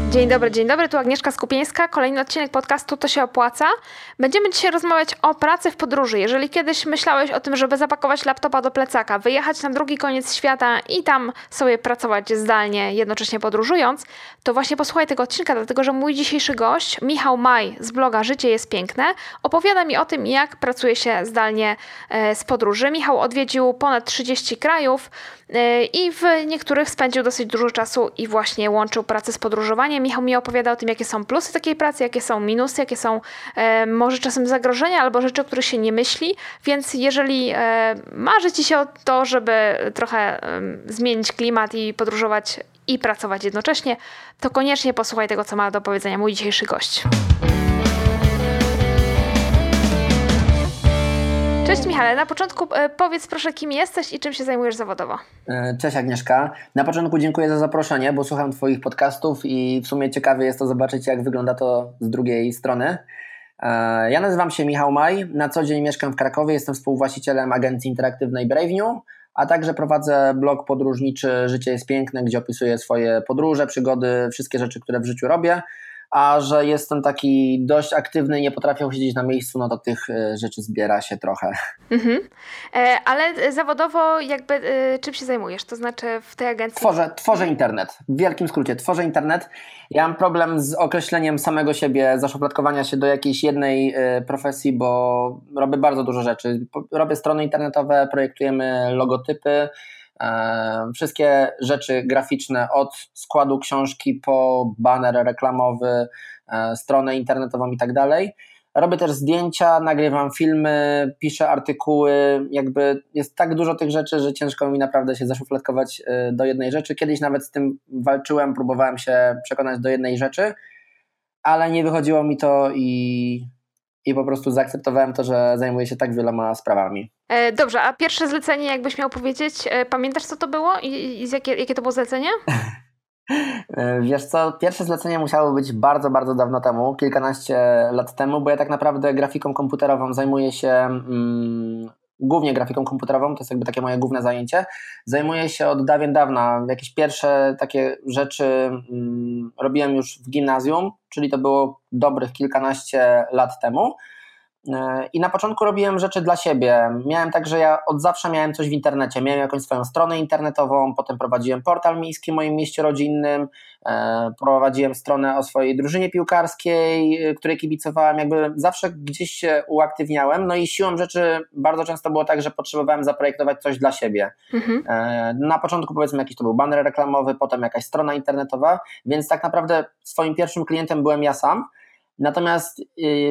Dzień dobry, tu Agnieszka Skupieńska, kolejny odcinek podcastu To się opłaca. Będziemy dzisiaj rozmawiać o pracy w podróży. Jeżeli kiedyś myślałeś o tym, żeby zapakować laptopa do plecaka, wyjechać na drugi koniec świata i tam sobie pracować zdalnie, jednocześnie podróżując, to właśnie posłuchaj tego odcinka, dlatego że mój dzisiejszy gość, Michał Maj z bloga Życie jest piękne, opowiada mi o tym, jak pracuje się zdalnie z podróży. Michał odwiedził ponad 30 krajów i w niektórych spędził dosyć dużo czasu i właśnie łączył pracę z podróżowaniem. Michał mi opowiada o tym, jakie są plusy takiej pracy, jakie są minusy, jakie są może czasem zagrożenia albo rzeczy, o których się nie myśli, więc jeżeli marzy Ci się o to, żeby trochę zmienić klimat i podróżować i pracować jednocześnie, to koniecznie posłuchaj tego, co ma do powiedzenia mój dzisiejszy gość. Cześć Michale, na początku powiedz proszę, kim jesteś i czym się zajmujesz zawodowo. Cześć Agnieszka. Na początku dziękuję za zaproszenie, bo słucham Twoich podcastów i w sumie ciekawie jest to zobaczyć, jak wygląda to z drugiej strony. Ja nazywam się Michał Maj, na co dzień mieszkam w Krakowie, jestem współwłaścicielem agencji interaktywnej Brave New, a także prowadzę blog podróżniczy Życie jest piękne, gdzie opisuję swoje podróże, przygody, wszystkie rzeczy, które w życiu robię. A że jestem taki dość aktywny i nie potrafię siedzieć na miejscu, no to tych rzeczy zbiera się trochę. Ale zawodowo jakby czym się zajmujesz? To znaczy w tej agencji? Tworzę internet. W wielkim skrócie tworzę internet. Ja mam problem z określeniem samego siebie, zaszufladkowania się do jakiejś jednej profesji, bo robię bardzo dużo rzeczy. Robię strony internetowe, projektujemy logotypy, wszystkie rzeczy graficzne od składu książki po baner reklamowy, stronę internetową i tak dalej. Robię też zdjęcia, nagrywam filmy, piszę artykuły, jakby jest tak dużo tych rzeczy, że ciężko mi naprawdę się zaszufladkować do jednej rzeczy. Kiedyś nawet z tym walczyłem, próbowałem się przekonać do jednej rzeczy, ale nie wychodziło mi to i po prostu zaakceptowałem to, że zajmuję się tak wieloma sprawami. Dobrze, a pierwsze zlecenie, jakbyś miał powiedzieć, pamiętasz co to było i jakie to było zlecenie? Wiesz co, pierwsze zlecenie musiało być bardzo, bardzo dawno temu, kilkanaście lat temu, bo ja tak naprawdę grafiką komputerową zajmuję się głównie grafiką komputerową, to jest jakby takie moje główne zajęcie. Zajmuję się od dawien dawna, jakieś pierwsze takie rzeczy robiłem już w gimnazjum, czyli to było dobrych kilkanaście lat temu. I na początku robiłem rzeczy dla siebie. Miałem tak, że ja od zawsze miałem coś w internecie. Miałem jakąś swoją stronę internetową, potem prowadziłem portal miejski w moim mieście rodzinnym, prowadziłem stronę o swojej drużynie piłkarskiej, której kibicowałem. Jakby zawsze gdzieś się uaktywniałem. No i siłą rzeczy bardzo często było tak, że potrzebowałem zaprojektować coś dla siebie. Na początku powiedzmy jakiś to był baner reklamowy, potem jakaś strona internetowa, więc tak naprawdę swoim pierwszym klientem byłem ja sam. Natomiast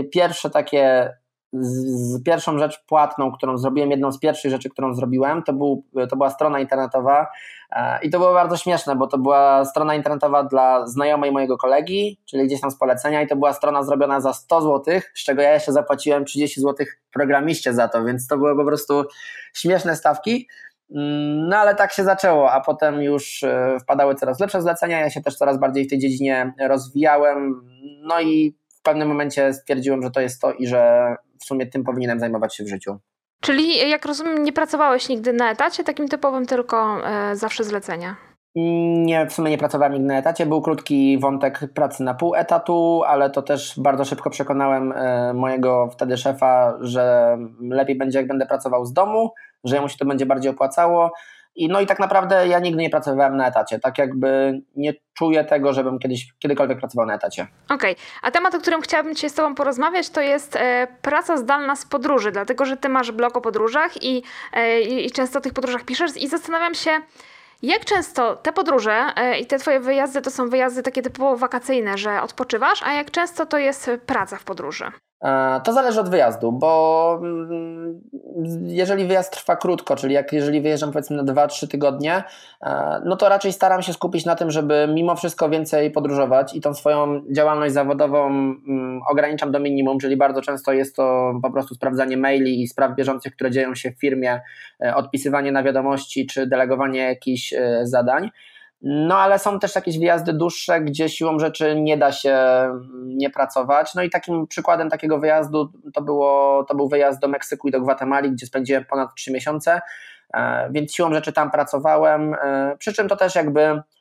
pierwszą rzecz płatną, którą zrobiłem, jedną z pierwszych rzeczy, którą zrobiłem, to była strona internetowa i to było bardzo śmieszne, bo to była strona internetowa dla znajomej mojego kolegi, czyli gdzieś tam z polecenia i to była strona zrobiona za 100 zł, z czego ja jeszcze zapłaciłem 30 zł programiście za to, więc to były po prostu śmieszne stawki. No ale tak się zaczęło, a potem już wpadały coraz lepsze zlecenia, ja się też coraz bardziej w tej dziedzinie rozwijałem, no i w pewnym momencie stwierdziłem, że to jest to i że w sumie tym powinienem zajmować się w życiu. Czyli jak rozumiem, nie pracowałeś nigdy na etacie takim typowym, tylko zawsze zlecenia? Nie, w sumie nie pracowałem nigdy na etacie, był krótki wątek pracy na pół etatu, ale to też bardzo szybko przekonałem mojego wtedy szefa, że lepiej będzie jak będę pracował z domu, że jemu się to będzie bardziej opłacało. No i tak naprawdę ja nigdy nie pracowałem na etacie, tak jakby nie czuję tego, żebym kiedykolwiek pracował na etacie. Okej, a temat, o którym chciałabym dzisiaj z Tobą porozmawiać, to jest praca zdalna z podróży, dlatego że Ty masz blog o podróżach i często o tych podróżach piszesz i zastanawiam się, jak często te podróże i te Twoje wyjazdy to są wyjazdy takie typowo wakacyjne, że odpoczywasz, a jak często to jest praca w podróży? To zależy od wyjazdu, bo jeżeli wyjazd trwa krótko, czyli jeżeli wyjeżdżam powiedzmy na 2-3 tygodnie, no to raczej staram się skupić na tym, żeby mimo wszystko więcej podróżować i tą swoją działalność zawodową ograniczam do minimum, czyli bardzo często jest to po prostu sprawdzanie maili i spraw bieżących, które dzieją się w firmie, odpisywanie na wiadomości czy delegowanie jakichś zadań. No ale są też jakieś wyjazdy dłuższe, gdzie siłą rzeczy nie da się nie pracować. No i takim przykładem takiego wyjazdu to był wyjazd do Meksyku i do Gwatemali, gdzie spędziłem ponad 3 miesiące, więc siłą rzeczy tam pracowałem, przy czym to też jakby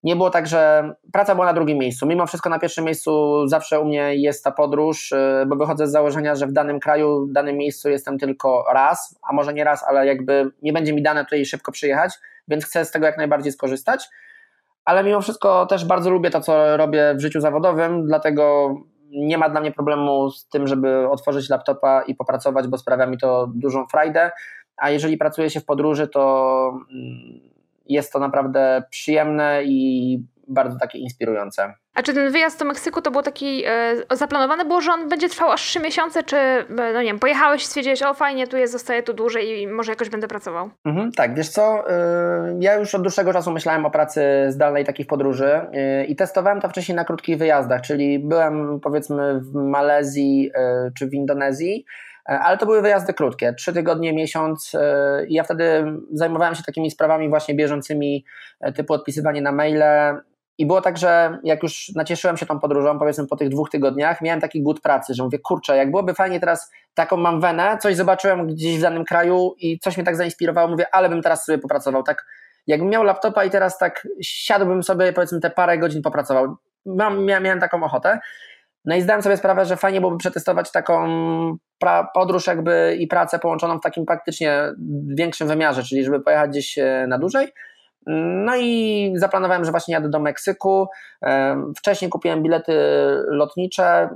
nie było tak, że praca była na drugim miejscu. Mimo wszystko na pierwszym miejscu zawsze u mnie jest ta podróż, bo wychodzę z założenia, że w danym kraju, w danym miejscu jestem tylko raz, a może nie raz, ale jakby nie będzie mi dane tutaj szybko przyjechać, więc chcę z tego jak najbardziej skorzystać. Ale mimo wszystko też bardzo lubię to, co robię w życiu zawodowym, dlatego nie ma dla mnie problemu z tym, żeby otworzyć laptopa i popracować, bo sprawia mi to dużą frajdę, a jeżeli pracuje się w podróży, to jest to naprawdę przyjemne i bardzo takie inspirujące. A czy ten wyjazd do Meksyku to był taki zaplanowany było, że on będzie trwał aż 3 miesiące, czy no nie wiem, pojechałeś i stwierdziłeś, o fajnie, tu jest, zostaję tu dłużej i może jakoś będę pracował? Tak, wiesz co, ja już od dłuższego czasu myślałem o pracy zdalnej takiej w podróży i testowałem to wcześniej na krótkich wyjazdach, czyli byłem powiedzmy w Malezji czy w Indonezji, ale to były wyjazdy krótkie, 3 tygodnie, miesiąc i ja wtedy zajmowałem się takimi sprawami właśnie bieżącymi, typu odpisywanie na maile i było tak, że jak już nacieszyłem się tą podróżą, powiedzmy po tych 2 tygodniach, miałem taki głód pracy, że mówię, kurczę, jak byłoby fajnie teraz, taką mam wenę, coś zobaczyłem gdzieś w danym kraju i coś mnie tak zainspirowało, mówię, ale bym teraz sobie popracował, tak jakbym miał laptopa i teraz tak siadłbym sobie powiedzmy te parę godzin popracował, miałem taką ochotę. No i zdałem sobie sprawę, że fajnie byłoby przetestować taką podróż jakby i pracę połączoną w takim praktycznie większym wymiarze, czyli żeby pojechać gdzieś na dłużej. No i zaplanowałem, że właśnie jadę do Meksyku. Wcześniej kupiłem bilety lotnicze,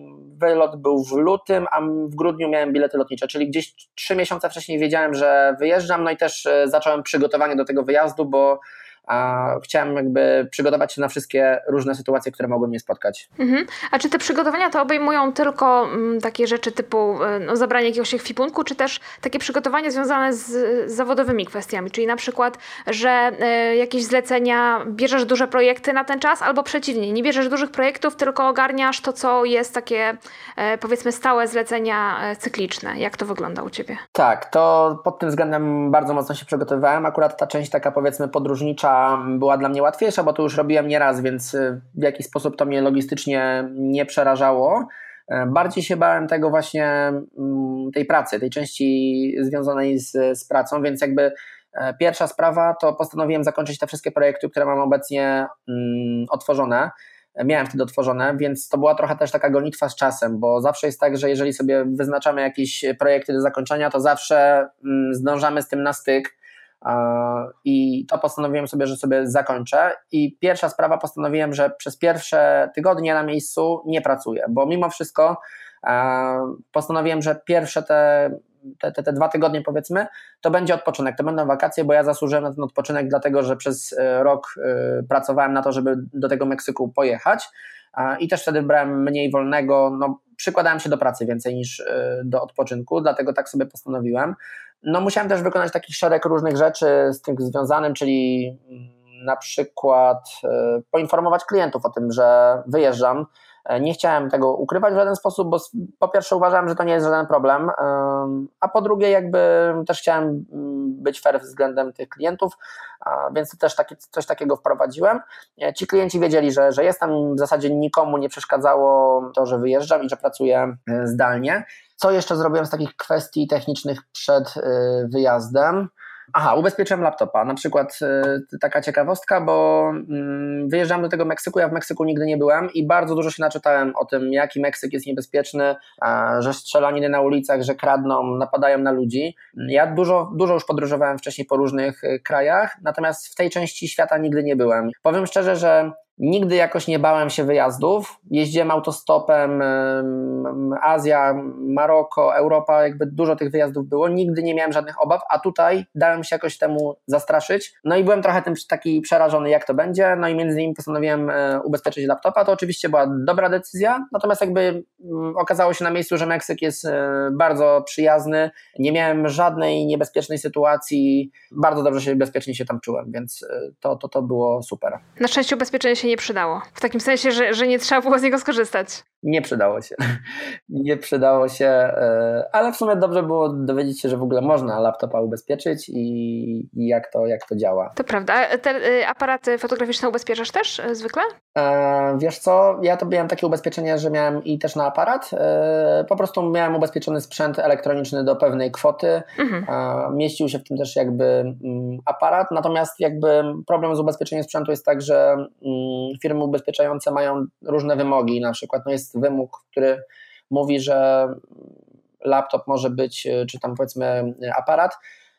wylot był w lutym, a w grudniu miałem bilety lotnicze, czyli gdzieś 3 miesiące wcześniej wiedziałem, że wyjeżdżam, no i też zacząłem przygotowanie do tego wyjazdu, bo chciałem jakby przygotować się na wszystkie różne sytuacje, które mogły mnie spotkać. A czy te przygotowania to obejmują tylko takie rzeczy typu zabranie jakiegoś ekwipunku, czy też takie przygotowania związane z zawodowymi kwestiami, czyli na przykład, że jakieś zlecenia, bierzesz duże projekty na ten czas, albo przeciwnie, nie bierzesz dużych projektów, tylko ogarniasz to, co jest takie powiedzmy stałe zlecenia cykliczne. Jak to wygląda u Ciebie? Tak, to pod tym względem bardzo mocno się przygotowywałem. Akurat ta część taka powiedzmy podróżnicza była dla mnie łatwiejsza, bo to już robiłem nieraz, więc w jakiś sposób to mnie logistycznie nie przerażało. Bardziej się bałem tego właśnie, tej pracy, tej części związanej z pracą, więc jakby pierwsza sprawa to postanowiłem zakończyć te wszystkie projekty, które mam obecnie otworzone. Miałem wtedy otworzone, więc to była trochę też taka gonitwa z czasem, bo zawsze jest tak, że jeżeli sobie wyznaczamy jakieś projekty do zakończenia, to zawsze zdążamy z tym na styk. I to postanowiłem sobie, że sobie zakończę i pierwsza sprawa postanowiłem, że przez pierwsze tygodnie na miejscu nie pracuję, bo mimo wszystko postanowiłem, że pierwsze te 2 tygodnie powiedzmy, to będzie odpoczynek, to będą wakacje, bo ja zasłużyłem na ten odpoczynek dlatego, że przez rok pracowałem na to, żeby do tego Meksyku pojechać i też wtedy brałem mniej wolnego, przykładałem się do pracy więcej niż do odpoczynku, dlatego tak sobie postanowiłem. Musiałem też wykonać taki szereg różnych rzeczy z tym związanym, czyli na przykład poinformować klientów o tym, że wyjeżdżam. Nie chciałem tego ukrywać w żaden sposób, bo po pierwsze uważałem, że to nie jest żaden problem, a po drugie jakby też chciałem być fair względem tych klientów, więc to też coś takiego wprowadziłem. Ci klienci wiedzieli, że jestem, w zasadzie nikomu nie przeszkadzało to, że wyjeżdżam i że pracuję zdalnie. Co jeszcze zrobiłem z takich kwestii technicznych przed wyjazdem? Ubezpieczyłem laptopa. Na przykład taka ciekawostka, bo wyjeżdżam do tego Meksyku, ja w Meksyku nigdy nie byłem i bardzo dużo się naczytałem o tym, jaki Meksyk jest niebezpieczny, że strzelaniny na ulicach, że kradną, napadają na ludzi. Ja dużo już podróżowałem wcześniej po różnych krajach, natomiast w tej części świata nigdy nie byłem. Powiem szczerze, że nigdy jakoś nie bałem się wyjazdów. Jeździłem autostopem, Azja, Maroko, Europa, jakby dużo tych wyjazdów było. Nigdy nie miałem żadnych obaw, a tutaj dałem się jakoś temu zastraszyć. I byłem trochę tym taki przerażony, jak to będzie. I między innymi postanowiłem ubezpieczyć laptopa. To oczywiście była dobra decyzja, natomiast jakby okazało się na miejscu, że Meksyk jest bardzo przyjazny. Nie miałem żadnej niebezpiecznej sytuacji. Bardzo dobrze bezpiecznie się tam czułem, więc to było super. Na szczęście ubezpieczenie się nie przydało. W takim sensie, że nie trzeba było z niego skorzystać. Nie przydało się. Nie przydało się, ale w sumie dobrze było dowiedzieć się, że w ogóle można laptopa ubezpieczyć i jak to działa. To prawda. Te aparaty fotograficzne ubezpieczasz też zwykle? Wiesz co, ja to miałem takie ubezpieczenie, że miałem i też na aparat. Po prostu miałem ubezpieczony sprzęt elektroniczny do pewnej kwoty. Mieścił się w tym też jakby aparat, natomiast jakby problem z ubezpieczeniem sprzętu jest tak, że firmy ubezpieczające mają różne wymogi. Na przykład jest wymóg, który mówi, że laptop może być, czy tam powiedzmy aparat,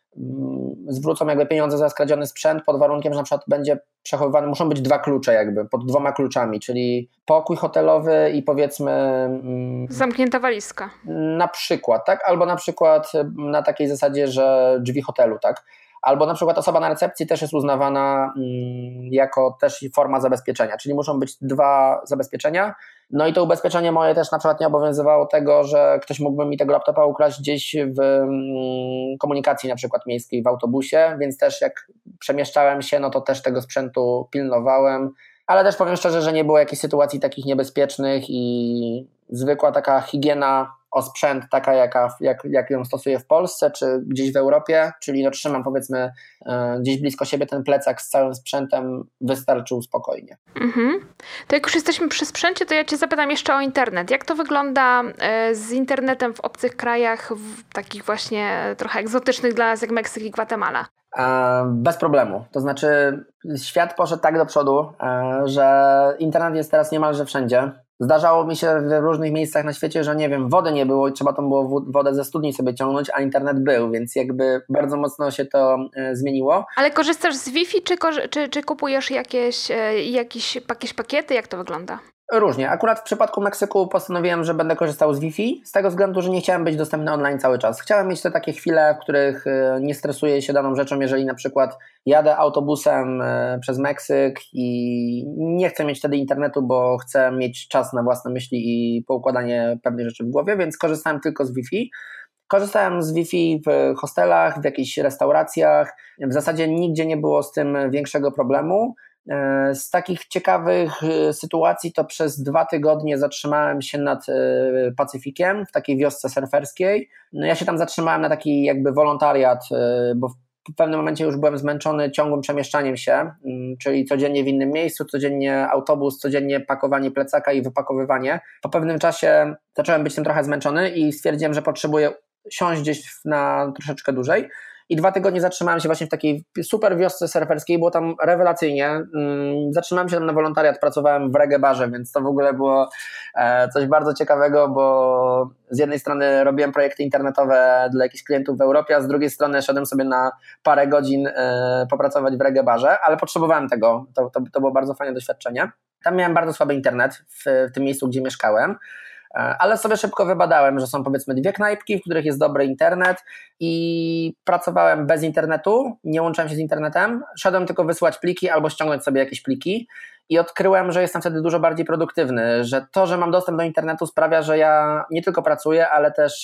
zwrócą jakby pieniądze za skradziony sprzęt pod warunkiem, że na przykład będzie przechowywany, muszą być 2 klucze jakby, pod 2 kluczami, czyli pokój hotelowy i powiedzmy zamknięta walizka. Na przykład, tak? Albo na przykład na takiej zasadzie, że drzwi hotelu, tak? Albo na przykład osoba na recepcji też jest uznawana jako też forma zabezpieczenia, czyli muszą być 2 zabezpieczenia. No i to ubezpieczenie moje też na przykład nie obowiązywało tego, że ktoś mógłby mi tego laptopa ukraść gdzieś w komunikacji na przykład miejskiej, w autobusie, więc też jak przemieszczałem się, no to też tego sprzętu pilnowałem, ale też powiem szczerze, że nie było jakichś sytuacji takich niebezpiecznych i zwykła taka higiena o sprzęt, taka jak ją stosuję w Polsce czy gdzieś w Europie, czyli no trzymam powiedzmy gdzieś blisko siebie ten plecak z całym sprzętem, wystarczył spokojnie. To jak już jesteśmy przy sprzęcie, to ja Cię zapytam jeszcze o internet. Jak to wygląda z internetem w obcych krajach, w takich właśnie trochę egzotycznych dla nas jak Meksyk i Gwatemala? Bez problemu, to znaczy świat poszedł tak do przodu, że internet jest teraz niemalże wszędzie. Zdarzało mi się w różnych miejscach na świecie, że nie wiem, wody nie było i trzeba tam było wodę ze studni sobie ciągnąć, a internet był, więc jakby bardzo mocno się to zmieniło. Ale korzystasz z Wi-Fi, czy kupujesz jakieś pakiety? Jak to wygląda? Różnie. Akurat w przypadku Meksyku postanowiłem, że będę korzystał z Wi-Fi, z tego względu, że nie chciałem być dostępny online cały czas. Chciałem mieć te takie chwile, w których nie stresuję się daną rzeczą, jeżeli na przykład jadę autobusem przez Meksyk i nie chcę mieć wtedy internetu, bo chcę mieć czas na własne myśli i poukładanie pewnych rzeczy w głowie, więc korzystałem tylko z Wi-Fi. Korzystałem z Wi-Fi w hostelach, w jakichś restauracjach. W zasadzie nigdzie nie było z tym większego problemu. Z takich ciekawych sytuacji to przez 2 tygodnie zatrzymałem się nad Pacyfikiem, w takiej wiosce surferskiej. No ja się tam zatrzymałem na taki jakby wolontariat, bo w pewnym momencie już byłem zmęczony ciągłym przemieszczaniem się, czyli codziennie w innym miejscu, codziennie autobus, codziennie pakowanie plecaka i wypakowywanie. Po pewnym czasie zacząłem być tym trochę zmęczony i stwierdziłem, że potrzebuję siąść gdzieś na troszeczkę dłużej. I 2 tygodnie zatrzymałem się właśnie w takiej super wiosce surferskiej, było tam rewelacyjnie. Zatrzymałem się tam na wolontariat, pracowałem w reggae barze, więc to w ogóle było coś bardzo ciekawego, bo z jednej strony robiłem projekty internetowe dla jakichś klientów w Europie, a z drugiej strony szedłem sobie na parę godzin popracować w reggae barze, ale potrzebowałem tego, to było bardzo fajne doświadczenie. Tam miałem bardzo słaby internet w tym miejscu, gdzie mieszkałem, ale sobie szybko wybadałem, że są powiedzmy 2 knajpki, w których jest dobry internet i pracowałem bez internetu, nie łączyłem się z internetem, szedłem tylko wysyłać pliki albo ściągnąć sobie jakieś pliki i odkryłem, że jestem wtedy dużo bardziej produktywny, że to, że mam dostęp do internetu sprawia, że ja nie tylko pracuję, ale też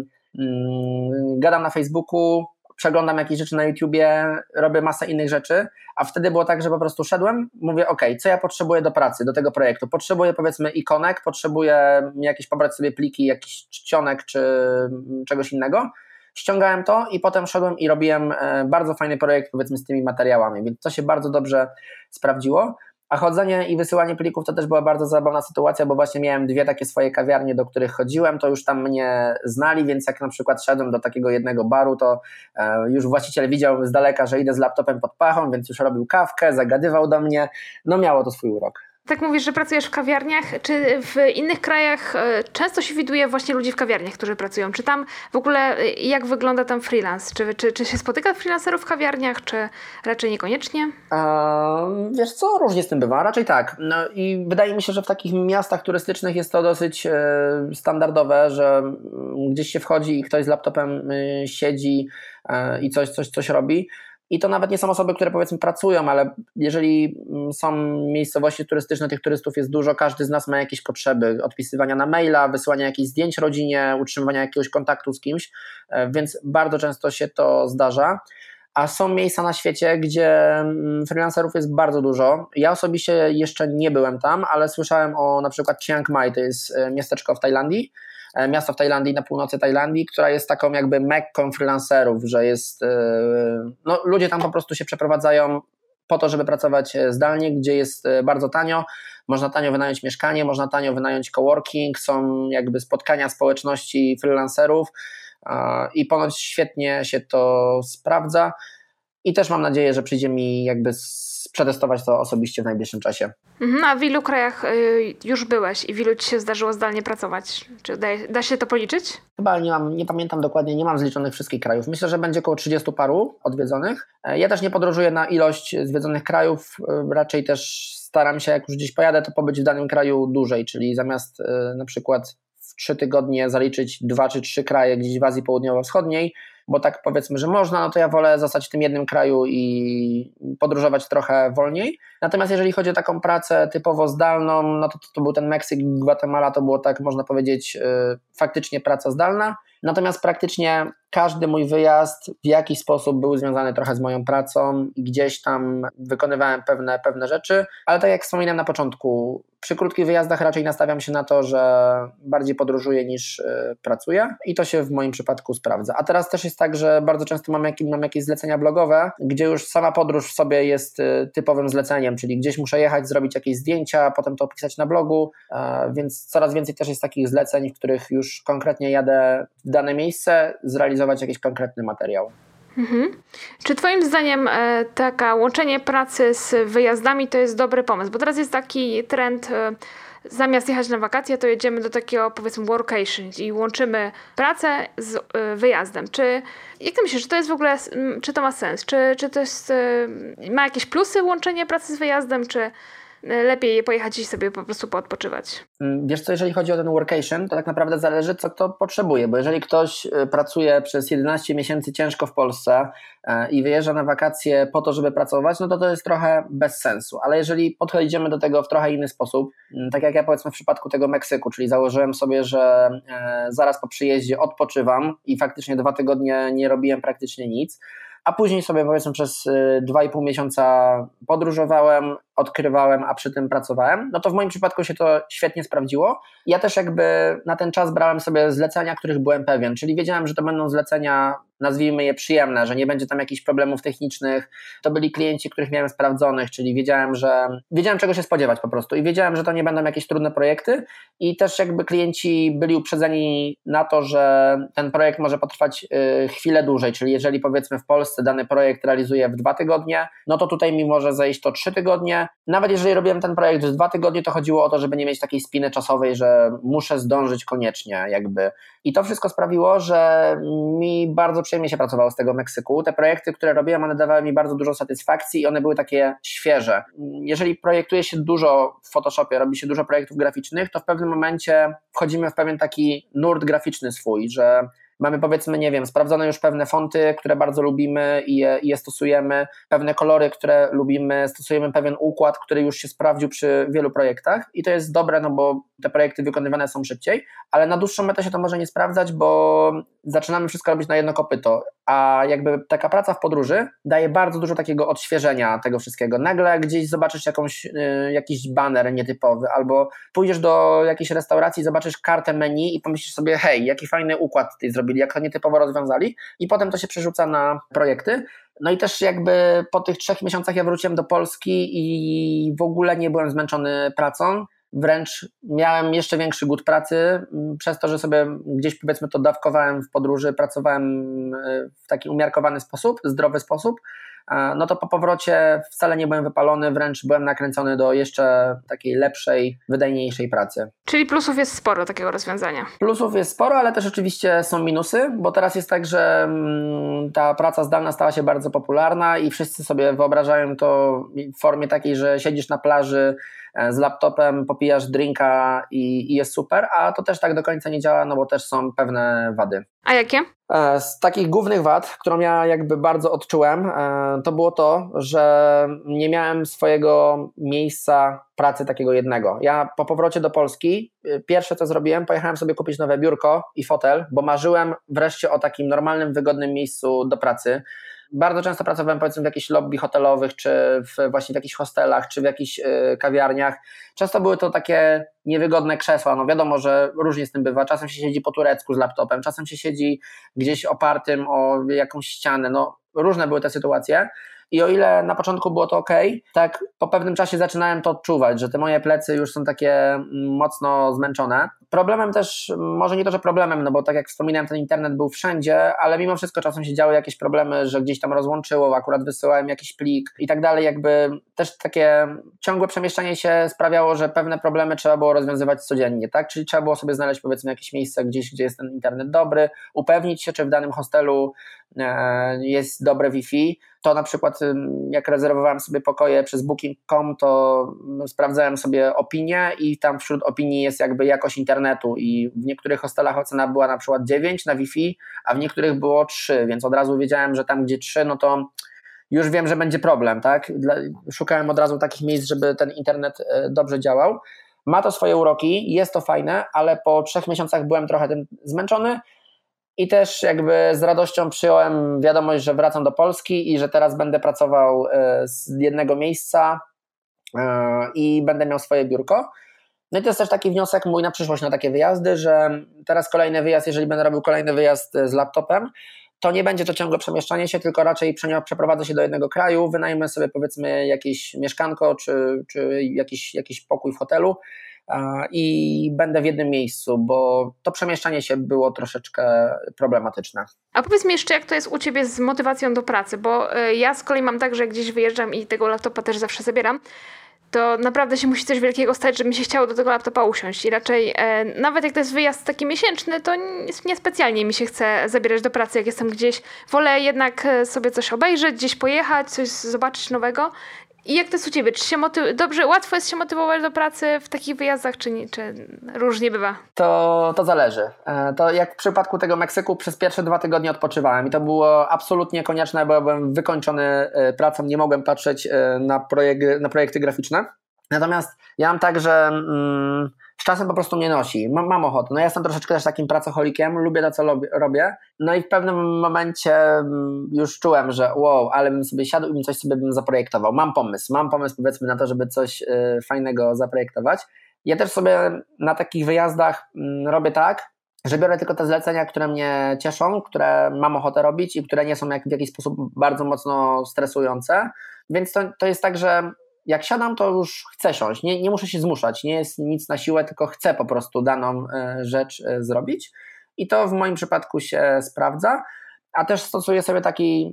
gadam na Facebooku, przeglądam jakieś rzeczy na YouTubie, robię masę innych rzeczy, a wtedy było tak, że po prostu szedłem, mówię co ja potrzebuję do pracy, do tego projektu? Potrzebuję powiedzmy ikonek, potrzebuję jakieś pobrać sobie pliki, jakiś czcionek czy czegoś innego. Ściągałem to i potem szedłem i robiłem bardzo fajny projekt powiedzmy z tymi materiałami, więc to się bardzo dobrze sprawdziło. A chodzenie i wysyłanie plików to też była bardzo zabawna sytuacja, bo właśnie miałem 2 takie swoje kawiarnie, do których chodziłem, to już tam mnie znali, więc jak na przykład szedłem do takiego jednego baru, to już właściciel widział z daleka, że idę z laptopem pod pachą, więc już robił kawkę, zagadywał do mnie, no miało to swój urok. Tak mówisz, że pracujesz w kawiarniach. Czy w innych krajach często się widuje właśnie ludzi w kawiarniach, którzy pracują? Czy tam w ogóle jak wygląda tam freelance? Czy się spotyka freelancerów w kawiarniach, czy raczej niekoniecznie? Wiesz co, różnie z tym bywa, raczej tak. No i wydaje mi się, że w takich miastach turystycznych jest to dosyć standardowe, że gdzieś się wchodzi i ktoś z laptopem siedzi i coś robi. I to nawet nie są osoby, które powiedzmy pracują, ale jeżeli są miejscowości turystyczne, tych turystów jest dużo, każdy z nas ma jakieś potrzeby odpisywania na maila, wysyłania jakichś zdjęć rodzinie, utrzymywania jakiegoś kontaktu z kimś, więc bardzo często się to zdarza. a są miejsca na świecie, gdzie freelancerów jest bardzo dużo. Ja osobiście jeszcze nie byłem tam, ale słyszałem o na przykład Chiang Mai, to jest miasto w Tajlandii, na północy Tajlandii, która jest taką jakby mekką freelancerów, że jest, no ludzie tam po prostu się przeprowadzają po to, żeby pracować zdalnie, gdzie jest bardzo tanio, można tanio wynająć mieszkanie, można tanio wynająć coworking, są jakby spotkania społeczności freelancerów i ponoć świetnie się to sprawdza i też mam nadzieję, że przyjdzie mi jakby przetestować to osobiście w najbliższym czasie. A w ilu krajach już byłeś i w ilu ci się zdarzyło zdalnie pracować? Czy da się to policzyć? Chyba nie pamiętam dokładnie, nie mam zliczonych wszystkich krajów. Myślę, że będzie około 30 paru odwiedzonych. Ja też nie podróżuję na ilość zwiedzonych krajów, raczej też staram się, jak już gdzieś pojadę, to pobyć w danym kraju dłużej, czyli zamiast na przykład w 3 tygodnie zaliczyć 2 czy 3 kraje gdzieś w Azji Południowo-Wschodniej, bo tak powiedzmy, że można, no to ja wolę zostać w tym jednym kraju i podróżować trochę wolniej. Natomiast jeżeli chodzi o taką pracę typowo zdalną, no to był ten Meksyk, Gwatemala, to było tak, można powiedzieć, faktycznie praca zdalna. Natomiast praktycznie każdy mój wyjazd w jakiś sposób był związany trochę z moją pracą i gdzieś tam wykonywałem pewne rzeczy, ale tak jak wspominałem na początku, przy krótkich wyjazdach raczej nastawiam się na to, że bardziej podróżuję niż pracuję i to się w moim przypadku sprawdza. A teraz też jest tak, że bardzo często mam jakieś zlecenia blogowe, gdzie już sama podróż w sobie jest typowym zleceniem, czyli gdzieś muszę jechać, zrobić jakieś zdjęcia, potem to opisać na blogu, więc coraz więcej też jest takich zleceń, w których już konkretnie jadę w dane miejsce, zrealizować jakiś konkretny materiał. Czy twoim zdaniem taka łączenie pracy z wyjazdami to jest dobry pomysł? Bo teraz jest taki trend, zamiast jechać na wakacje, to jedziemy do takiego, powiedzmy, workation i łączymy pracę z wyjazdem. Jak ty myślisz, czy to jest w ogóle, czy to ma sens? Czy to jest, ma jakieś plusy łączenie pracy z wyjazdem, czy lepiej pojechać i sobie po prostu poodpoczywać? Wiesz co, jeżeli chodzi o ten workation, to tak naprawdę zależy, co kto potrzebuje, bo jeżeli ktoś pracuje przez 11 miesięcy ciężko w Polsce i wyjeżdża na wakacje po to, żeby pracować, no to jest trochę bez sensu, ale jeżeli podchodzimy do tego w trochę inny sposób, tak jak ja powiedzmy w przypadku tego Meksyku, czyli założyłem sobie, że zaraz po przyjeździe odpoczywam i faktycznie 2 tygodnie nie robiłem praktycznie nic, a później sobie powiedzmy przez 2,5 miesiąca podróżowałem, odkrywałem, a przy tym pracowałem, no to w moim przypadku się to świetnie sprawdziło. Ja też jakby na ten czas brałem sobie zlecenia, których byłem pewien, czyli wiedziałem, że to będą zlecenia, nazwijmy je przyjemne, że nie będzie tam jakichś problemów technicznych. To byli klienci, których miałem sprawdzonych, czyli wiedziałem czego się spodziewać po prostu i wiedziałem, że to nie będą jakieś trudne projekty i też jakby klienci byli uprzedzeni na to, że ten projekt może potrwać chwilę dłużej, czyli jeżeli powiedzmy w Polsce dany projekt realizuję w 2 tygodnie, no to tutaj mi może zejść to 3 tygodnie. Nawet jeżeli robiłem ten projekt w 2 tygodnie, to chodziło o to, żeby nie mieć takiej spiny czasowej, że muszę zdążyć koniecznie jakby. I to wszystko sprawiło, że mi bardzo przyjemnie się pracowało z tego Meksyku. Te projekty, które robiłem, one dawały mi bardzo dużo satysfakcji i one były takie świeże. Jeżeli projektuje się dużo w Photoshopie, robi się dużo projektów graficznych, to w pewnym momencie wchodzimy w pewien taki nurt graficzny swój, że mamy powiedzmy, nie wiem, sprawdzone już pewne fonty, które bardzo lubimy i je stosujemy, pewne kolory, które lubimy, stosujemy pewien układ, który już się sprawdził przy wielu projektach i to jest dobre, no bo te projekty wykonywane są szybciej, ale na dłuższą metę się to może nie sprawdzać, bo zaczynamy wszystko robić na jedno kopyto, a jakby taka praca w podróży daje bardzo dużo takiego odświeżenia tego wszystkiego. Nagle gdzieś zobaczysz jakiś baner nietypowy albo pójdziesz do jakiejś restauracji, zobaczysz kartę menu i pomyślisz sobie, hej, jaki fajny układ tutaj zrobili, jak to nietypowo rozwiązali i potem to się przerzuca na projekty. No i też jakby po tych 3 miesiącach ja wróciłem do Polski i w ogóle nie byłem zmęczony pracą. Wręcz miałem jeszcze większy głód pracy przez to, że sobie gdzieś powiedzmy to dawkowałem w podróży, pracowałem w taki umiarkowany sposób, zdrowy sposób, no to po powrocie wcale nie byłem wypalony, wręcz byłem nakręcony do jeszcze takiej lepszej, wydajniejszej pracy. Czyli plusów jest sporo takiego rozwiązania. Plusów jest sporo, ale też oczywiście są minusy, bo teraz jest tak, że ta praca zdalna stała się bardzo popularna i wszyscy sobie wyobrażają to w formie takiej, że siedzisz na plaży z laptopem, popijasz drinka i jest super, a to też tak do końca nie działa, no bo też są pewne wady. A jakie? Z takich głównych wad, którą ja jakby bardzo odczułem, to było to, że nie miałem swojego miejsca pracy takiego jednego. Ja po powrocie do Polski, pierwsze co zrobiłem, pojechałem sobie kupić nowe biurko i fotel, bo marzyłem wreszcie o takim normalnym, wygodnym miejscu do pracy. Bardzo często pracowałem powiedzmy w jakichś lobby hotelowych, czy właśnie w jakichś hostelach, czy w jakichś kawiarniach. Często były to takie niewygodne krzesła, no wiadomo, że różnie z tym bywa, czasem się siedzi po turecku z laptopem, czasem się siedzi gdzieś opartym o jakąś ścianę, no różne były te sytuacje. I o ile na początku było to ok, tak po pewnym czasie zaczynałem to odczuwać, że te moje plecy już są takie mocno zmęczone. Problemem też, może nie to, że problemem, no bo tak jak wspominałem, ten internet był wszędzie, ale mimo wszystko czasem się działy jakieś problemy, że gdzieś tam rozłączyło, akurat wysyłałem jakiś plik i tak dalej, jakby też takie ciągłe przemieszczanie się sprawiało, że pewne problemy trzeba było rozwiązywać codziennie, tak? Czyli trzeba było sobie znaleźć powiedzmy jakieś miejsce gdzieś, gdzie jest ten internet dobry, upewnić się, czy w danym hostelu jest dobre Wi-Fi. To na przykład jak rezerwowałem sobie pokoje przez Booking.com, to sprawdzałem sobie opinie i tam wśród opinii jest jakby jakość internetu i w niektórych hostelach ocena była na przykład 9 na Wi-Fi, a w niektórych było 3, więc od razu wiedziałem, że tam gdzie 3, no to już wiem, że będzie problem, tak? Szukałem od razu takich miejsc, żeby ten internet dobrze działał. Ma to swoje uroki, jest to fajne, ale po 3 miesiącach byłem trochę tym zmęczony. I też jakby z radością przyjąłem wiadomość, że wracam do Polski i że teraz będę pracował z jednego miejsca i będę miał swoje biurko. No i to jest też taki wniosek mój na przyszłość, na takie wyjazdy, że teraz kolejny wyjazd, jeżeli będę robił kolejny wyjazd z laptopem, to nie będzie to ciągłe przemieszczanie się, tylko raczej przeprowadzę się do jednego kraju, wynajmę sobie powiedzmy jakieś mieszkanko czy jakiś pokój w hotelu i będę w jednym miejscu, bo to przemieszczanie się było troszeczkę problematyczne. A powiedz mi jeszcze, jak to jest u Ciebie z motywacją do pracy, bo ja z kolei mam tak, że jak gdzieś wyjeżdżam i tego laptopa też zawsze zabieram, to naprawdę się musi coś wielkiego stać, żeby mi się chciało do tego laptopa usiąść i raczej nawet jak to jest wyjazd taki miesięczny, to niespecjalnie mi się chce zabierać do pracy, jak jestem gdzieś. Wolę jednak sobie coś obejrzeć, gdzieś pojechać, coś zobaczyć nowego. I jak to jest u Ciebie? Czy się dobrze, łatwo jest się motywować do pracy w takich wyjazdach, czy różnie bywa? To zależy. To jak w przypadku tego Meksyku przez pierwsze 2 tygodnie odpoczywałem i to było absolutnie konieczne, bo ja byłem wykończony pracą, nie mogłem patrzeć na projekty graficzne. Natomiast ja mam tak, że z czasem po prostu mnie nosi. Mam ochotę. No ja jestem troszeczkę też takim pracocholikiem, lubię to, co robię. No i w pewnym momencie już czułem, że wow, ale bym sobie siadł i coś sobie bym zaprojektował. Mam pomysł powiedzmy na to, żeby coś fajnego zaprojektować. Ja też sobie na takich wyjazdach robię tak, że biorę tylko te zlecenia, które mnie cieszą, które mam ochotę robić i które nie są w jakiś sposób bardzo mocno stresujące. Więc to jest tak, że jak siadam, to już chcę siąść, nie muszę się zmuszać, nie jest nic na siłę, tylko chcę po prostu daną rzecz zrobić i to w moim przypadku się sprawdza, a też stosuję sobie taki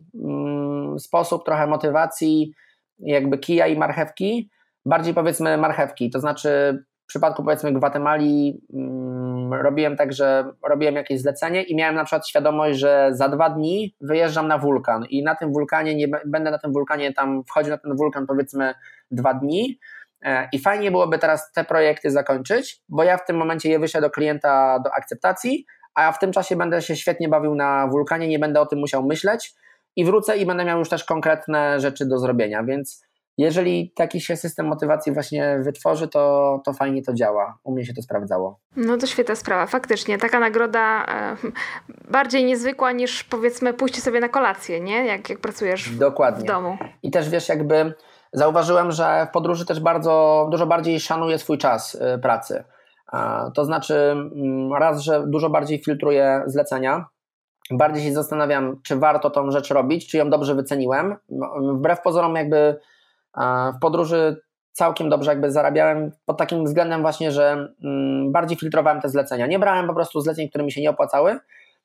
sposób trochę motywacji jakby kija i marchewki, bardziej powiedzmy marchewki, to znaczy w przypadku powiedzmy Gwatemali robiłem tak, że robiłem jakieś zlecenie i miałem na przykład świadomość, że za 2 dni wyjeżdżam na wulkan i na tym wulkanie, nie będę na tym wulkanie tam wchodził na ten wulkan powiedzmy 2 dni i fajnie byłoby teraz te projekty zakończyć, bo ja w tym momencie je wyślę do klienta do akceptacji, a w tym czasie będę się świetnie bawił na wulkanie, nie będę o tym musiał myśleć i wrócę i będę miał już też konkretne rzeczy do zrobienia, więc jeżeli taki się system motywacji właśnie wytworzy, to fajnie to działa. U mnie się to sprawdzało. No to świetna sprawa. Faktycznie taka nagroda bardziej niezwykła niż powiedzmy pójście sobie na kolację, nie? Jak pracujesz w domu. I też wiesz, jakby zauważyłem, że w podróży też dużo bardziej szanuję swój czas pracy. To znaczy raz, że dużo bardziej filtruję zlecenia, bardziej się zastanawiam, czy warto tą rzecz robić, czy ją dobrze wyceniłem. Wbrew pozorom jakby w podróży całkiem dobrze jakby zarabiałem pod takim względem właśnie, że bardziej filtrowałem te zlecenia. Nie brałem po prostu zleceń, które mi się nie opłacały.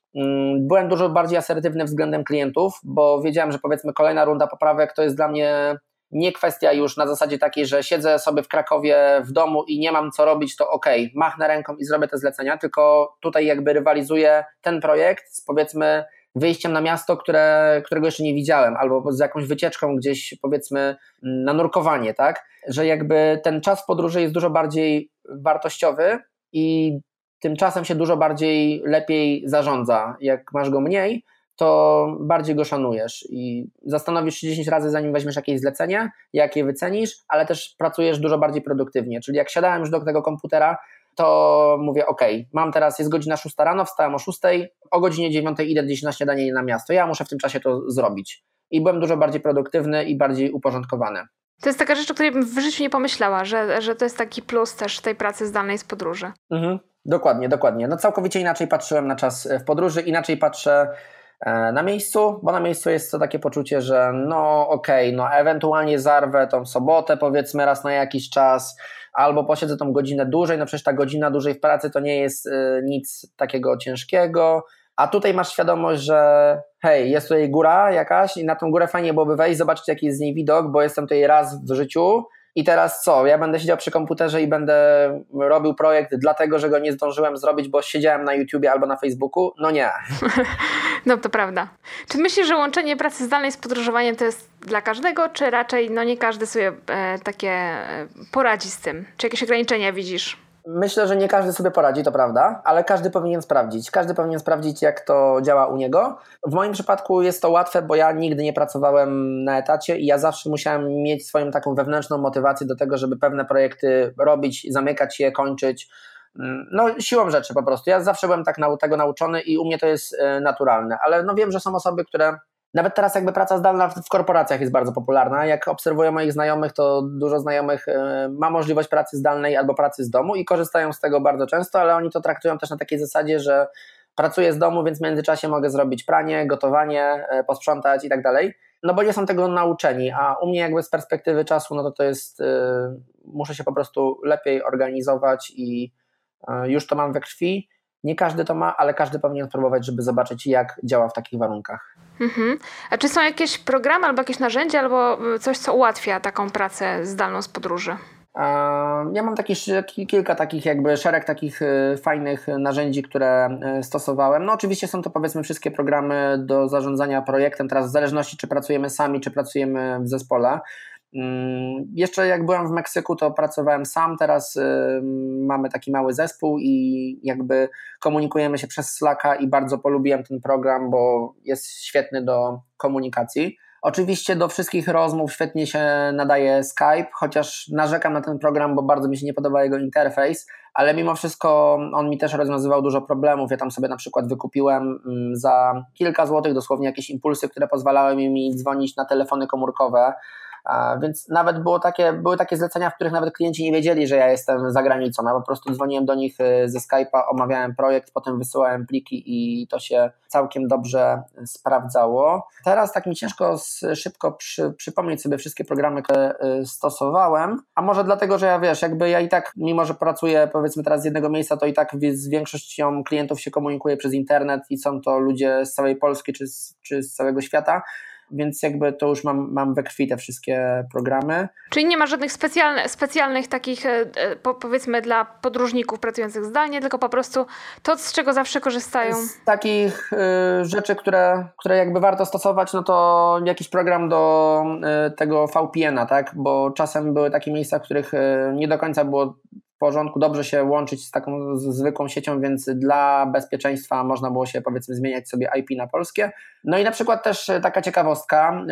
Byłem dużo bardziej asertywny względem klientów, bo wiedziałem, że powiedzmy kolejna runda poprawek to jest dla mnie nie kwestia już na zasadzie takiej, że siedzę sobie w Krakowie w domu i nie mam co robić, to okej, machnę ręką i zrobię te zlecenia, tylko tutaj jakby rywalizuję ten projekt z powiedzmy wyjściem na miasto, którego jeszcze nie widziałem, albo z jakąś wycieczką gdzieś powiedzmy na nurkowanie, tak? Że jakby ten czas w podróży jest dużo bardziej wartościowy i tym czasem się dużo bardziej lepiej zarządza. Jak masz go mniej, to bardziej go szanujesz i zastanowisz się 10 razy, zanim weźmiesz jakieś zlecenie, jak je wycenisz, ale też pracujesz dużo bardziej produktywnie. Czyli jak siadałem już do tego komputera, to mówię, mam teraz, jest godzina 6 rano, wstałem o 6, o godzinie 9 idę gdzieś na śniadanie na miasto, ja muszę w tym czasie to zrobić. i byłem dużo bardziej produktywny i bardziej uporządkowany. To jest taka rzecz, o której bym w życiu nie pomyślała, że to jest taki plus też tej pracy zdalnej z podróży. Dokładnie. No całkowicie inaczej patrzyłem na czas w podróży, inaczej patrzę na miejscu, bo na miejscu jest to takie poczucie, że ewentualnie zarwę tą sobotę powiedzmy raz na jakiś czas, albo posiedzę tą godzinę dłużej, no przecież ta godzina dłużej w pracy to nie jest nic takiego ciężkiego, a tutaj masz świadomość, że hej, jest tutaj góra jakaś i na tą górę fajnie byłoby wejść, zobaczyć jaki jest z niej widok, bo jestem tutaj raz w życiu i teraz co, ja będę siedział przy komputerze i będę robił projekt dlatego, że go nie zdążyłem zrobić, bo siedziałem na YouTubie albo na Facebooku? No nie. No to prawda. Czy myślisz, że łączenie pracy zdalnej z podróżowaniem to jest dla każdego, czy raczej nie każdy sobie poradzi z tym? Czy jakieś ograniczenia widzisz? Myślę, że nie każdy sobie poradzi, to prawda, ale każdy powinien sprawdzić. Każdy powinien sprawdzić, jak to działa u niego. W moim przypadku jest to łatwe, bo ja nigdy nie pracowałem na etacie i ja zawsze musiałem mieć swoją taką wewnętrzną motywację do tego, żeby pewne projekty robić, zamykać je, kończyć. No siłą rzeczy po prostu. Ja zawsze byłem tego nauczony i u mnie to jest naturalne, ale wiem, że są osoby, które nawet teraz jakby praca zdalna w korporacjach jest bardzo popularna. Jak obserwuję moich znajomych, to dużo znajomych ma możliwość pracy zdalnej albo pracy z domu i korzystają z tego bardzo często, ale oni to traktują też na takiej zasadzie, że pracuję z domu, więc w międzyczasie mogę zrobić pranie, gotowanie, posprzątać i tak dalej. No bo nie są tego nauczeni, a u mnie jakby z perspektywy czasu, no to jest, muszę się po prostu lepiej organizować i już to mam we krwi. Nie każdy to ma, ale każdy powinien spróbować, żeby zobaczyć, jak działa w takich warunkach. A czy są jakieś programy, albo jakieś narzędzia, albo coś, co ułatwia taką pracę zdalną z podróży? Ja mam szereg takich fajnych narzędzi, które stosowałem. No oczywiście są to powiedzmy wszystkie programy do zarządzania projektem, teraz w zależności czy pracujemy sami, czy pracujemy w zespole. Jeszcze jak byłem w Meksyku, to pracowałem sam, teraz mamy taki mały zespół i jakby komunikujemy się przez Slacka i bardzo polubiłem ten program, bo jest świetny do komunikacji. Oczywiście do wszystkich rozmów świetnie się nadaje Skype, chociaż narzekam na ten program, bo bardzo mi się nie podoba jego interfejs, ale mimo wszystko on mi też rozwiązywał dużo problemów. Ja tam sobie na przykład wykupiłem za kilka złotych dosłownie jakieś impulsy, które pozwalały mi dzwonić na telefony komórkowe. Więc nawet były takie zlecenia, w których nawet klienci nie wiedzieli, że ja jestem za granicą. Ja po prostu dzwoniłem do nich ze Skype'a, omawiałem projekt, potem wysyłałem pliki i to się całkiem dobrze sprawdzało. Teraz tak mi ciężko szybko przypomnieć sobie wszystkie programy, które stosowałem, a może dlatego, że ja i tak, mimo że pracuję powiedzmy teraz z jednego miejsca, to i tak z większością klientów się komunikuję przez internet i są to ludzie z całej Polski czy z całego świata. Więc jakby to już mam we krwi te wszystkie programy. Czyli nie ma żadnych specjalnych takich powiedzmy dla podróżników pracujących zdalnie, tylko po prostu to, z czego zawsze korzystają. Z takich rzeczy, które jakby warto stosować, no to jakiś program do tego VPN-a, tak? Bo czasem były takie miejsca, w których nie do końca było w porządku, dobrze się łączyć z taką zwykłą siecią, więc dla bezpieczeństwa można było się powiedzmy zmieniać sobie IP na polskie. No i na przykład też taka ciekawostka,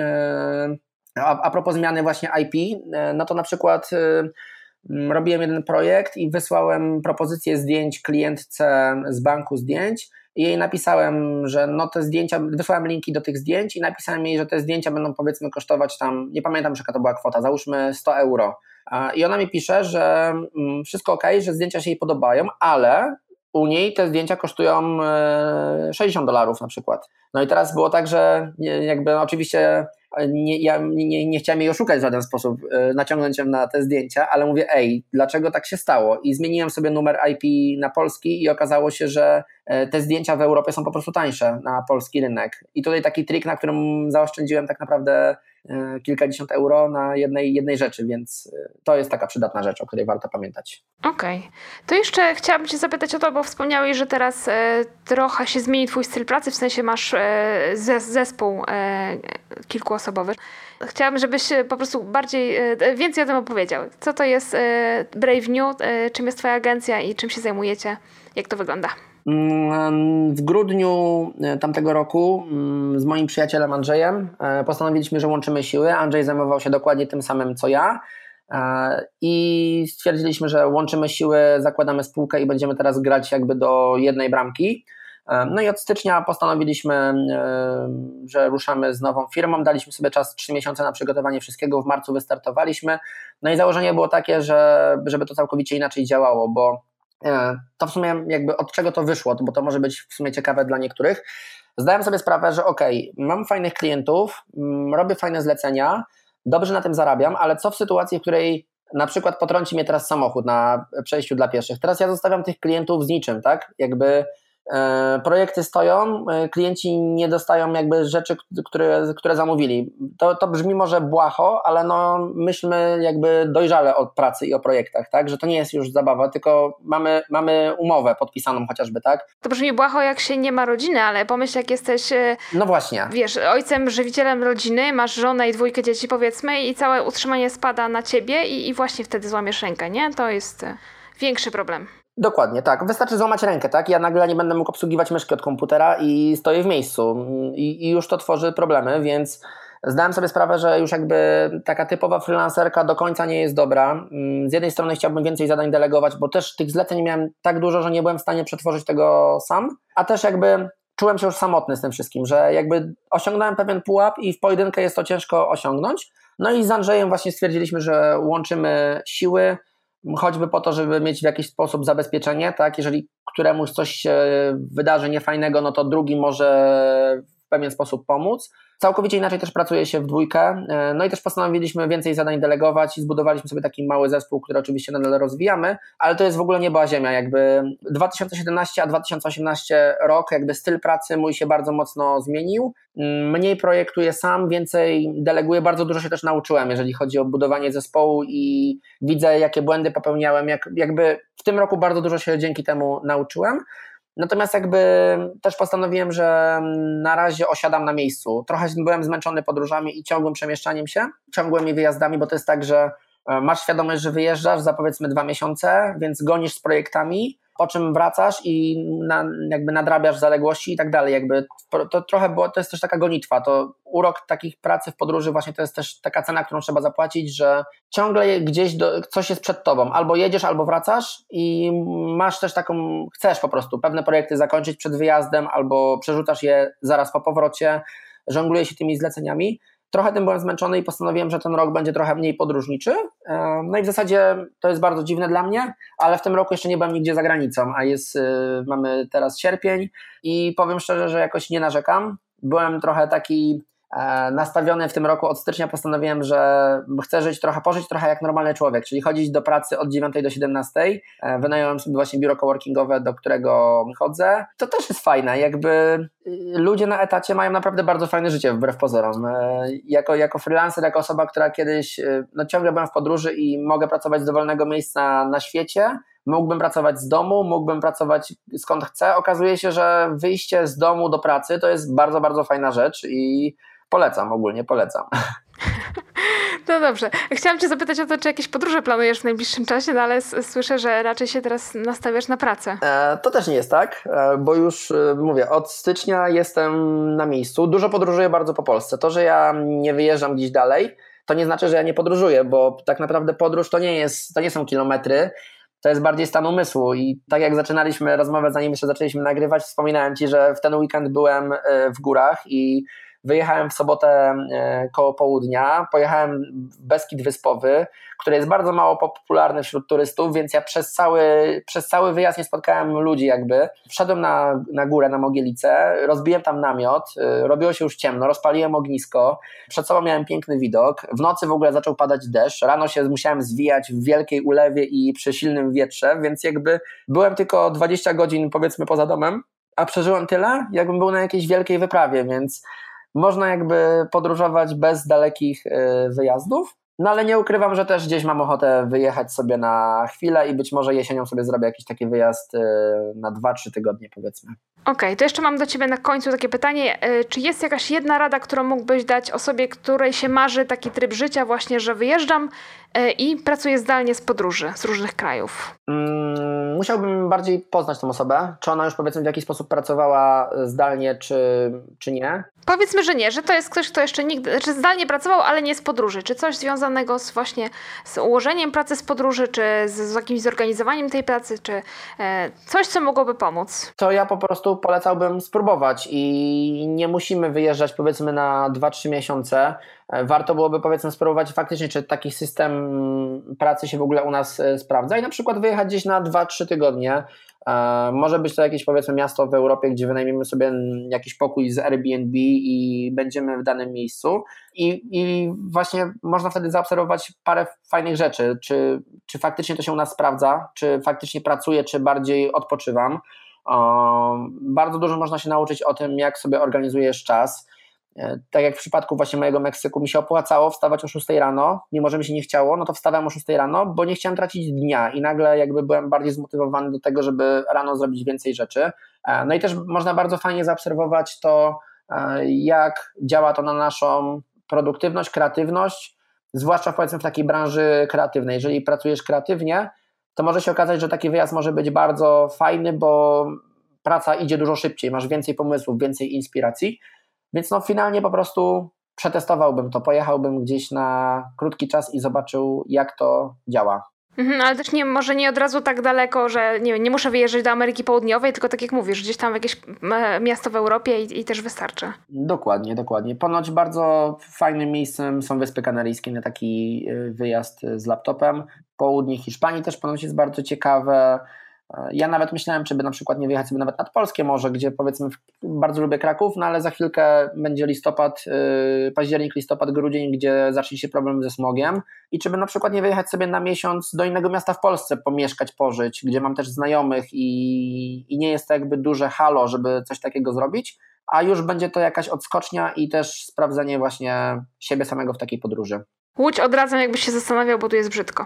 a propos zmiany właśnie IP, no to na przykład robiłem jeden projekt i wysłałem propozycję zdjęć klientce z banku zdjęć i jej napisałem, że no te zdjęcia, wysłałem linki do tych zdjęć i napisałem jej, że te zdjęcia będą powiedzmy kosztować tam, nie pamiętam jaka to była kwota, załóżmy 100 euro. I ona mi pisze, że wszystko okej, że zdjęcia się jej podobają, ale u niej te zdjęcia kosztują $60 na przykład. No i teraz było tak, że jakby oczywiście ja nie chciałem jej oszukać w żaden sposób, naciągnąć ją na te zdjęcia, ale mówię, dlaczego tak się stało? I zmieniłem sobie numer IP na polski i okazało się, że te zdjęcia w Europie są po prostu tańsze na polski rynek. I tutaj taki trik, na którym zaoszczędziłem tak naprawdę kilkadziesiąt euro na jednej rzeczy, więc to jest taka przydatna rzecz, o której warto pamiętać. Okej. To jeszcze chciałabym Cię zapytać o to, bo wspomniałeś, że teraz trochę się zmieni Twój styl pracy, w sensie masz zespół kilkuosobowy. Chciałabym, żebyś po prostu więcej o tym opowiedział. Co to jest Brave New, czym jest Twoja agencja i czym się zajmujecie, jak to wygląda? W grudniu tamtego roku z moim przyjacielem Andrzejem postanowiliśmy, że łączymy siły. Andrzej zajmował się dokładnie tym samym co ja i stwierdziliśmy, że łączymy siły, zakładamy spółkę i będziemy teraz grać jakby do jednej bramki. No i od stycznia postanowiliśmy, że ruszamy z nową firmą, daliśmy sobie czas 3 miesiące na przygotowanie wszystkiego, w marcu wystartowaliśmy, no i założenie było takie, żeby to całkowicie inaczej działało, bo to w sumie jakby od czego to wyszło, bo to może być w sumie ciekawe dla niektórych. Zdałem sobie sprawę, że mam fajnych klientów, robię fajne zlecenia, dobrze na tym zarabiam, ale co w sytuacji, w której na przykład potrąci mnie teraz samochód na przejściu dla pieszych. Teraz ja zostawiam tych klientów z niczym, tak? Jakby projekty stoją, klienci nie dostają jakby rzeczy, które zamówili. To brzmi może błaho, ale no myślmy jakby dojrzale o pracy i o projektach, tak? Że to nie jest już zabawa, tylko mamy umowę podpisaną chociażby, tak? To brzmi błaho, jak się nie ma rodziny, ale pomyśl, jak jesteś, no właśnie, wiesz, ojcem, żywicielem rodziny, masz żonę i 2 dzieci, powiedzmy, i całe utrzymanie spada na ciebie i właśnie wtedy złamiesz rękę, nie? To jest większy problem. Dokładnie, tak. Wystarczy złamać rękę, tak? Ja nagle nie będę mógł obsługiwać myszki od komputera i stoję w miejscu i już to tworzy problemy, więc zdałem sobie sprawę, że już jakby taka typowa freelancerka do końca nie jest dobra. Z jednej strony chciałbym więcej zadań delegować, bo też tych zleceń miałem tak dużo, że nie byłem w stanie przetworzyć tego sam, a też jakby czułem się już samotny z tym wszystkim, że jakby osiągnąłem pewien pułap i w pojedynkę jest to ciężko osiągnąć. No i z Andrzejem właśnie stwierdziliśmy, że łączymy siły, choćby po to, żeby mieć w jakiś sposób zabezpieczenie, tak? Jeżeli któremuś coś się wydarzy niefajnego, no to drugi może w pewien sposób pomóc. Całkowicie inaczej też pracuje się w dwójkę, no i też postanowiliśmy więcej zadań delegować i zbudowaliśmy sobie taki mały zespół, który oczywiście nadal rozwijamy, ale to jest w ogóle niebo a ziemia, jakby 2017 a 2018 rok, jakby styl pracy mój się bardzo mocno zmienił, mniej projektuję sam, więcej deleguję, bardzo dużo się też nauczyłem, jeżeli chodzi o budowanie zespołu i widzę, jakie błędy popełniałem, jakby w tym roku bardzo dużo się dzięki temu nauczyłem. Natomiast jakby też postanowiłem, że na razie osiadam na miejscu. Trochę byłem zmęczony podróżami i ciągłym przemieszczaniem się, ciągłymi wyjazdami, bo to jest tak, że masz świadomość, że wyjeżdżasz za powiedzmy 2 miesiące, więc gonisz z projektami, po czym wracasz i jakby nadrabiasz zaległości i tak dalej. Jakby to trochę było, to jest też taka gonitwa. To urok takich pracy w podróży właśnie to jest też taka cena, którą trzeba zapłacić, że ciągle gdzieś coś jest przed tobą. Albo jedziesz, albo wracasz i masz też taką, chcesz po prostu pewne projekty zakończyć przed wyjazdem, albo przerzucasz je zaraz po powrocie, żongluje się tymi zleceniami. Trochę tym byłem zmęczony i postanowiłem, że ten rok będzie trochę mniej podróżniczy. No i w zasadzie to jest bardzo dziwne dla mnie, ale w tym roku jeszcze nie byłem nigdzie za granicą, a mamy teraz sierpień i powiem szczerze, że jakoś nie narzekam. Byłem trochę taki nastawiony w tym roku, od stycznia postanowiłem, że chcę pożyć trochę jak normalny człowiek, czyli chodzić do pracy od 9 do 17. Wynająłem sobie właśnie biuro coworkingowe, do którego chodzę. To też jest fajne, jakby ludzie na etacie mają naprawdę bardzo fajne życie, wbrew pozorom. Jako freelancer, jako osoba, która kiedyś ciągle byłem w podróży i mogę pracować z dowolnego miejsca na świecie, mógłbym pracować z domu, mógłbym pracować skąd chcę. Okazuje się, że wyjście z domu do pracy to jest bardzo, bardzo fajna rzecz i ogólnie polecam. No dobrze. Chciałam cię zapytać o to, czy jakieś podróże planujesz w najbliższym czasie, no ale słyszę, że raczej się teraz nastawiasz na pracę. To też nie jest tak, bo już mówię, od stycznia jestem na miejscu. Dużo podróżuję bardzo po Polsce. To, że ja nie wyjeżdżam gdzieś dalej, to nie znaczy, że ja nie podróżuję, bo tak naprawdę podróż to nie są kilometry, to jest bardziej stan umysłu i tak jak zaczynaliśmy rozmowę, zanim jeszcze zaczęliśmy nagrywać, wspominałem ci, że w ten weekend byłem w górach i wyjechałem w sobotę koło południa, pojechałem w Beskid Wyspowy, który jest bardzo mało popularny wśród turystów, więc ja przez cały wyjazd nie spotkałem ludzi jakby. Wszedłem na górę, na Mogielicę, rozbiłem tam namiot, robiło się już ciemno, rozpaliłem ognisko, przed sobą miałem piękny widok, w nocy w ogóle zaczął padać deszcz, rano się musiałem zwijać w wielkiej ulewie i przy silnym wietrze, więc jakby byłem tylko 20 godzin powiedzmy poza domem, a przeżyłem tyle, jakbym był na jakiejś wielkiej wyprawie, więc można jakby podróżować bez dalekich wyjazdów, no ale nie ukrywam, że też gdzieś mam ochotę wyjechać sobie na chwilę i być może jesienią sobie zrobię jakiś taki wyjazd na 2-3 tygodnie powiedzmy. Okej, to jeszcze mam do ciebie na końcu takie pytanie, czy jest jakaś jedna rada, którą mógłbyś dać osobie, której się marzy taki tryb życia właśnie, że wyjeżdżam i pracuję zdalnie z podróży, z różnych krajów? Musiałbym bardziej poznać tę osobę, czy ona już powiedzmy w jakiś sposób pracowała zdalnie, czy nie. Powiedzmy, że nie, że to jest ktoś, kto jeszcze nigdy, znaczy zdalnie pracował, ale nie z podróży. Czy coś związanego z ułożeniem pracy z podróży, czy z jakimś zorganizowaniem tej pracy, czy coś, co mogłoby pomóc? To ja po prostu polecałbym spróbować i nie musimy wyjeżdżać powiedzmy na 2-3 miesiące. Warto byłoby powiedzmy spróbować faktycznie, czy taki system pracy się w ogóle u nas sprawdza i na przykład wyjechać gdzieś na 2-3 tygodnie. Może być to jakieś powiedzmy miasto w Europie, gdzie wynajmiemy sobie jakiś pokój z Airbnb i będziemy w danym miejscu i właśnie można wtedy zaobserwować parę fajnych rzeczy, czy faktycznie to się u nas sprawdza, czy faktycznie pracuję, czy bardziej odpoczywam. Bardzo dużo można się nauczyć o tym, jak sobie organizujesz czas. Tak jak w przypadku właśnie mojego Meksyku, mi się opłacało wstawać o 6 rano, mimo że mi się nie chciało, no to wstawałem o 6 rano, bo nie chciałem tracić dnia i nagle jakby byłem bardziej zmotywowany do tego, żeby rano zrobić więcej rzeczy. No i też można bardzo fajnie zaobserwować to, jak działa to na naszą produktywność, kreatywność, zwłaszcza powiedzmy w takiej branży kreatywnej. Jeżeli pracujesz kreatywnie, to może się okazać, że taki wyjazd może być bardzo fajny, bo praca idzie dużo szybciej, masz więcej pomysłów, więcej inspiracji. Więc no finalnie po prostu przetestowałbym to, pojechałbym gdzieś na krótki czas i zobaczył, jak to działa. Ale też może nie od razu tak daleko, że nie muszę wyjeżdżać do Ameryki Południowej, tylko tak jak mówisz, gdzieś tam w jakieś miasto w Europie i też wystarczy. Dokładnie. Ponoć bardzo fajnym miejscem są Wyspy Kanaryjskie na taki wyjazd z laptopem. Południe Hiszpanii też ponoć jest bardzo ciekawe. Ja nawet myślałem, czy by na przykład nie wyjechać sobie nawet nad Polskie Morze, gdzie powiedzmy bardzo lubię Kraków, no ale za chwilkę będzie październik, listopad, grudzień, gdzie zacznie się problem ze smogiem i czy by na przykład nie wyjechać sobie na miesiąc do innego miasta w Polsce, pomieszkać, pożyć, gdzie mam też znajomych i nie jest to jakby duże halo, żeby coś takiego zrobić, a już będzie to jakaś odskocznia i też sprawdzenie właśnie siebie samego w takiej podróży. Łódź odradzam, jakbyś się zastanawiał, bo tu jest brzydko.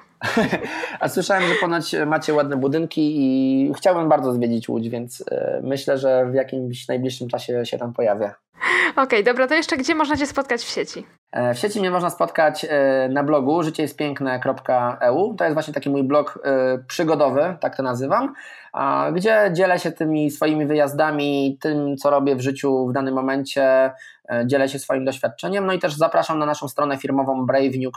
A słyszałem, że ponoć macie ładne budynki i chciałbym bardzo zwiedzić Łódź, więc myślę, że w jakimś najbliższym czasie się tam pojawię. Okej, dobra, to jeszcze gdzie można Cię spotkać w sieci? W sieci mnie można spotkać na blogu życiejestpiękne.eu. To jest właśnie taki mój blog przygodowy, tak to nazywam, gdzie dzielę się tymi swoimi wyjazdami, tym co robię w życiu w danym momencie, dzielę się swoim doświadczeniem, no i też zapraszam na naszą stronę firmową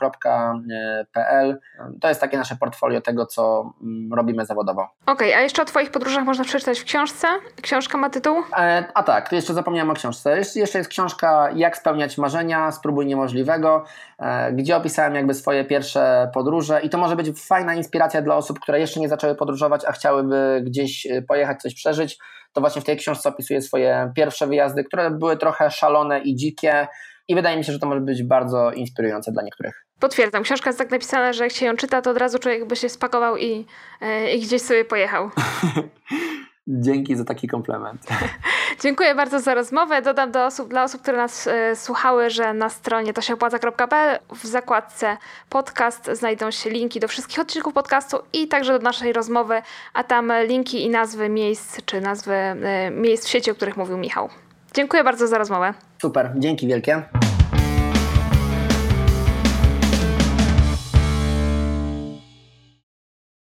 bravenew.pl. To jest takie nasze portfolio tego, co robimy zawodowo. Okej, a jeszcze o Twoich podróżach można przeczytać w książce? Książka ma tytuł? A tak, jeszcze zapomniałem o książce. Jeszcze jest książka Jak spełniać marzenia, spróbuj niemożliwego, gdzie opisałem jakby swoje pierwsze podróże i to może być fajna inspiracja dla osób, które jeszcze nie zaczęły podróżować, a chciałyby gdzieś pojechać, coś przeżyć. To właśnie w tej książce opisuję swoje pierwsze wyjazdy, które były trochę szalone i dzikie i wydaje mi się, że to może być bardzo inspirujące dla niektórych. Potwierdzam, książka jest tak napisana, że jak się ją czyta, to od razu człowiek by się spakował i gdzieś sobie pojechał. Dzięki za taki komplement. Dziękuję bardzo za rozmowę. Dodam dla osób, które nas słuchały, że na stronie tosieopłaca.pl w zakładce podcast znajdą się linki do wszystkich odcinków podcastu i także do naszej rozmowy, a tam linki i nazwy miejsc, czy nazwy miejsc w sieci, o których mówił Michał. Dziękuję bardzo za rozmowę. Super, dzięki wielkie.